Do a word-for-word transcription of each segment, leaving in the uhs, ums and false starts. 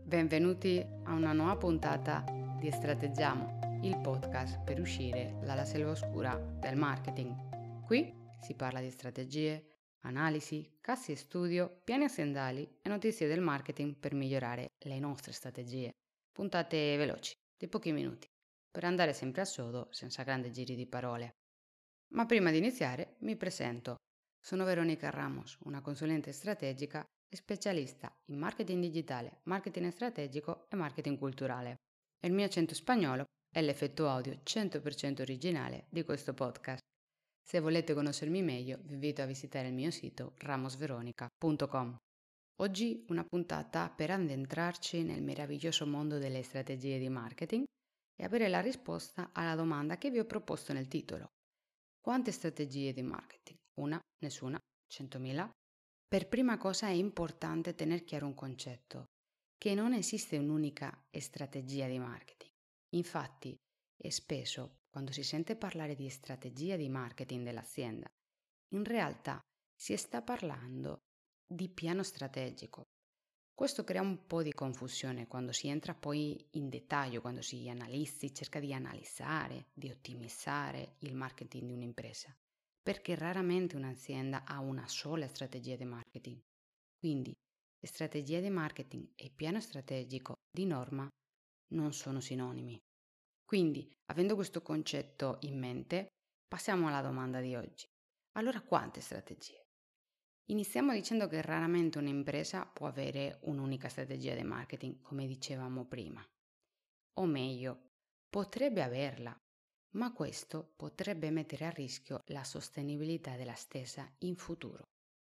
Benvenuti a una nuova puntata di Strateggiamo, il podcast per uscire dalla selva oscura del marketing. Qui si parla di strategie, analisi, casi studio, piani aziendali e notizie del marketing per migliorare le nostre strategie. Puntate veloci, di pochi minuti, per andare sempre a sodo senza grandi giri di parole. Ma prima di iniziare mi presento. Sono Veronica Ramos, una consulente strategica e specialista in marketing digitale, marketing strategico e marketing culturale. Il mio accento spagnolo è l'effetto audio cento per cento originale di questo podcast. Se volete conoscermi meglio, vi invito a visitare il mio sito ramos veronica punto com. Oggi una puntata per addentrarci nel meraviglioso mondo delle strategie di marketing e avere la risposta alla domanda che vi ho proposto nel titolo. Quante strategie di marketing? Una? Nessuna? centomila? Per prima cosa è importante tener chiaro un concetto, che non esiste un'unica strategia di marketing. Infatti, è spesso, quando si sente parlare di strategia di marketing dell'azienda, in realtà si sta parlando di piano strategico. Questo crea un po' di confusione quando si entra poi in dettaglio, quando si analizzi, cerca di analizzare, di ottimizzare il marketing di un'impresa, perché raramente un'azienda ha una sola strategia di marketing. Quindi, strategia di marketing e piano strategico di norma non sono sinonimi. Quindi, avendo questo concetto in mente, passiamo alla domanda di oggi. Allora, quante strategie? Iniziamo dicendo che raramente un'impresa può avere un'unica strategia di marketing, come dicevamo prima. O meglio, potrebbe averla, ma questo potrebbe mettere a rischio la sostenibilità della stessa in futuro.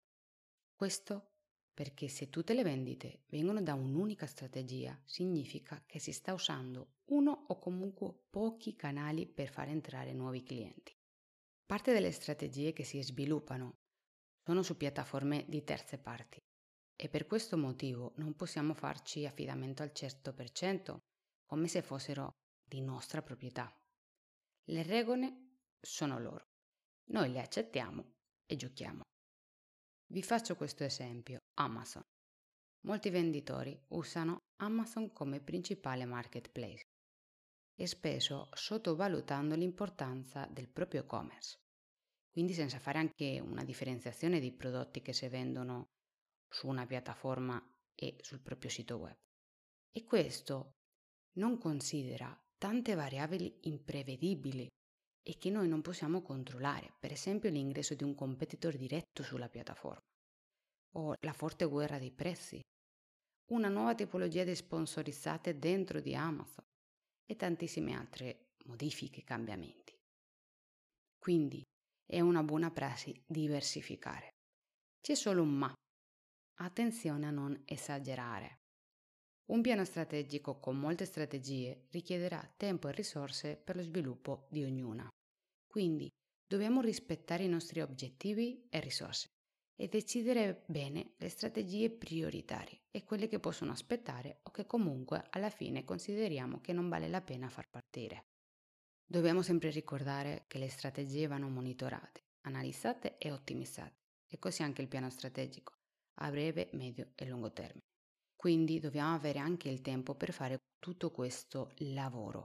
Questo perché se tutte le vendite vengono da un'unica strategia, significa che si sta usando uno o comunque pochi canali per far entrare nuovi clienti. Parte delle strategie che si sviluppano sono su piattaforme di terze parti e per questo motivo non possiamo farci affidamento al cento per cento come se fossero di nostra proprietà. Le regole sono loro, noi le accettiamo e giochiamo. Vi faccio questo esempio, Amazon. Molti venditori usano Amazon come principale marketplace e spesso sottovalutando l'importanza del proprio e-commerce. Quindi senza fare anche una differenziazione di prodotti che si vendono su una piattaforma e sul proprio sito web. E questo non considera tante variabili imprevedibili e che noi non possiamo controllare, per esempio l'ingresso di un competitor diretto sulla piattaforma o la forte guerra dei prezzi, una nuova tipologia di sponsorizzate dentro di Amazon e tantissime altre modifiche e cambiamenti. Quindi è una buona prassi diversificare. C'è solo un ma. Attenzione a non esagerare. Un piano strategico con molte strategie richiederà tempo e risorse per lo sviluppo di ognuna. Quindi dobbiamo rispettare i nostri obiettivi e risorse e decidere bene le strategie prioritarie e quelle che possono aspettare o che comunque alla fine consideriamo che non vale la pena far partire. Dobbiamo sempre ricordare che le strategie vanno monitorate, analizzate e ottimizzate, e così anche il piano strategico, a breve, medio e lungo termine. Quindi dobbiamo avere anche il tempo per fare tutto questo lavoro.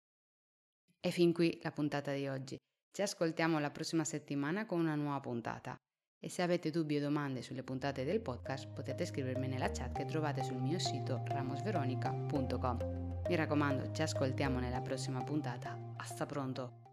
E fin qui la puntata di oggi. Ci ascoltiamo la prossima settimana con una nuova puntata. E se avete dubbi o domande sulle puntate del podcast potete scrivermi nella chat che trovate sul mio sito ramos veronica punto com. Mi raccomando, ci ascoltiamo nella prossima puntata. Hasta pronto!